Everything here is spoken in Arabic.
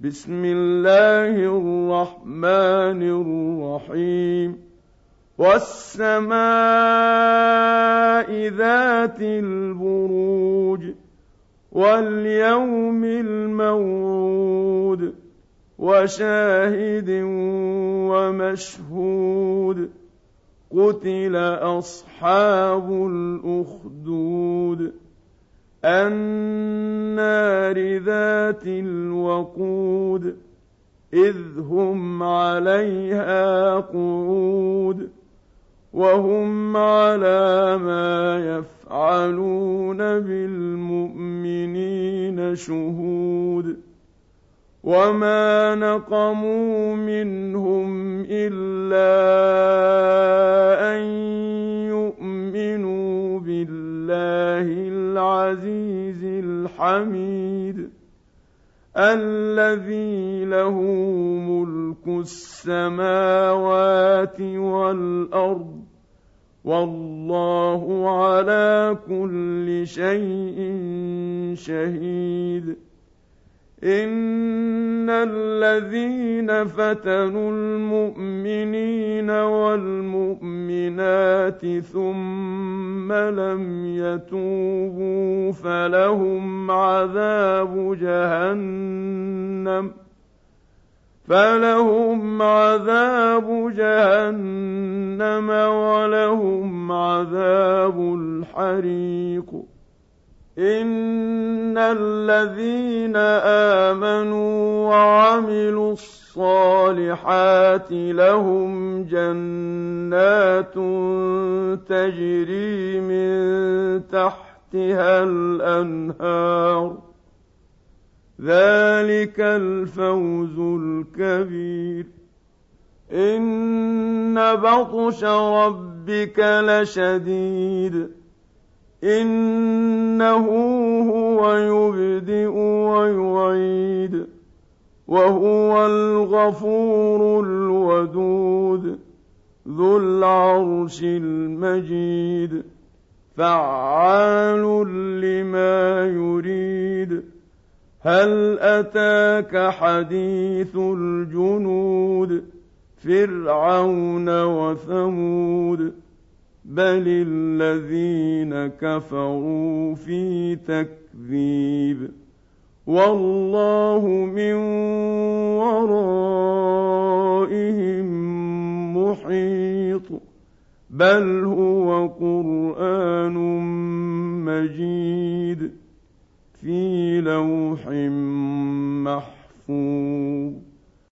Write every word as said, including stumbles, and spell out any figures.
بسم الله الرحمن الرحيم والسماء ذات البروج واليوم الموعود وشاهد ومشهود قتل أصحاب الأخدود النار ذات الوقود إذ هم عليها قعود وهم على ما يفعلون بالمؤمنين شهود وما نقموا منهم إلا أن يؤمنوا بالله العزيز الحميد الذي له ملك السماوات والأرض والله على كل شيء شهيد إن الذين فتنوا المؤمنين والمؤمنات ثم لم يتوبوا فلهم عذاب جهنم فلهم عذاب جهنم ولهم عذاب الحريق إن الذين آمنوا وعملوا الصالحات لهم جنات تجري من تحتها الأنهار ذلك الفوز الكبير إن بطش ربك لشديد إنه هو يبدئ ويعيد وهو الغفور الودود ذو العرش المجيد فعال لما يريد هل أتاك حديث الجنود فرعون وثمود بل الذين كفروا في تكذيب والله من ورائهم محيط بل هو قرآن مجيد في لوح محفوظ